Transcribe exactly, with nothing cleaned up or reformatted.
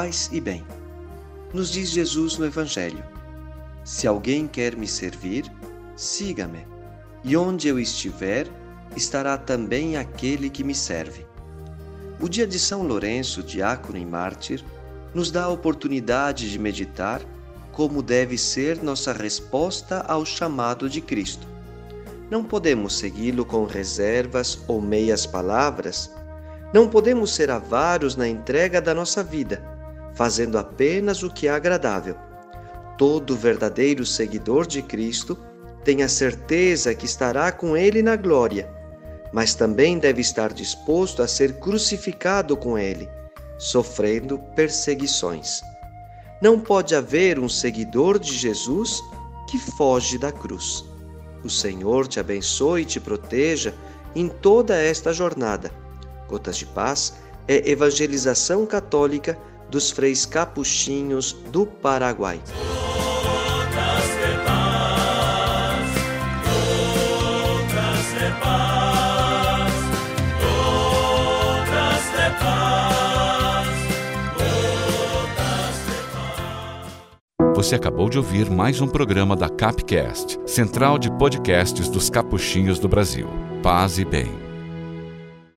paz e bem. Nos diz Jesus no Evangelho: se alguém quer me servir, siga-me, e onde eu estiver, estará também aquele que me serve. O dia de São Lourenço, diácono e mártir, nos dá a oportunidade de meditar como deve ser nossa resposta ao chamado de Cristo. Não podemos segui-lo com reservas ou meias palavras. Não podemos ser avaros na entrega da nossa vida, fazendo apenas o que é agradável. Todo verdadeiro seguidor de Cristo tem a certeza que estará com Ele na glória, mas também deve estar disposto a ser crucificado com Ele, sofrendo perseguições. Não pode haver um seguidor de Jesus que foge da cruz. O Senhor te abençoe e te proteja em toda esta jornada. Gotas de Paz é evangelização católica dos freis capuchinhos do Paraguai. Gotas de paz, gotas de paz, gotas de paz, gotas de paz. Você acabou de ouvir mais um programa da Capcast, Central de Podcasts dos Capuchinhos do Brasil. Paz e bem.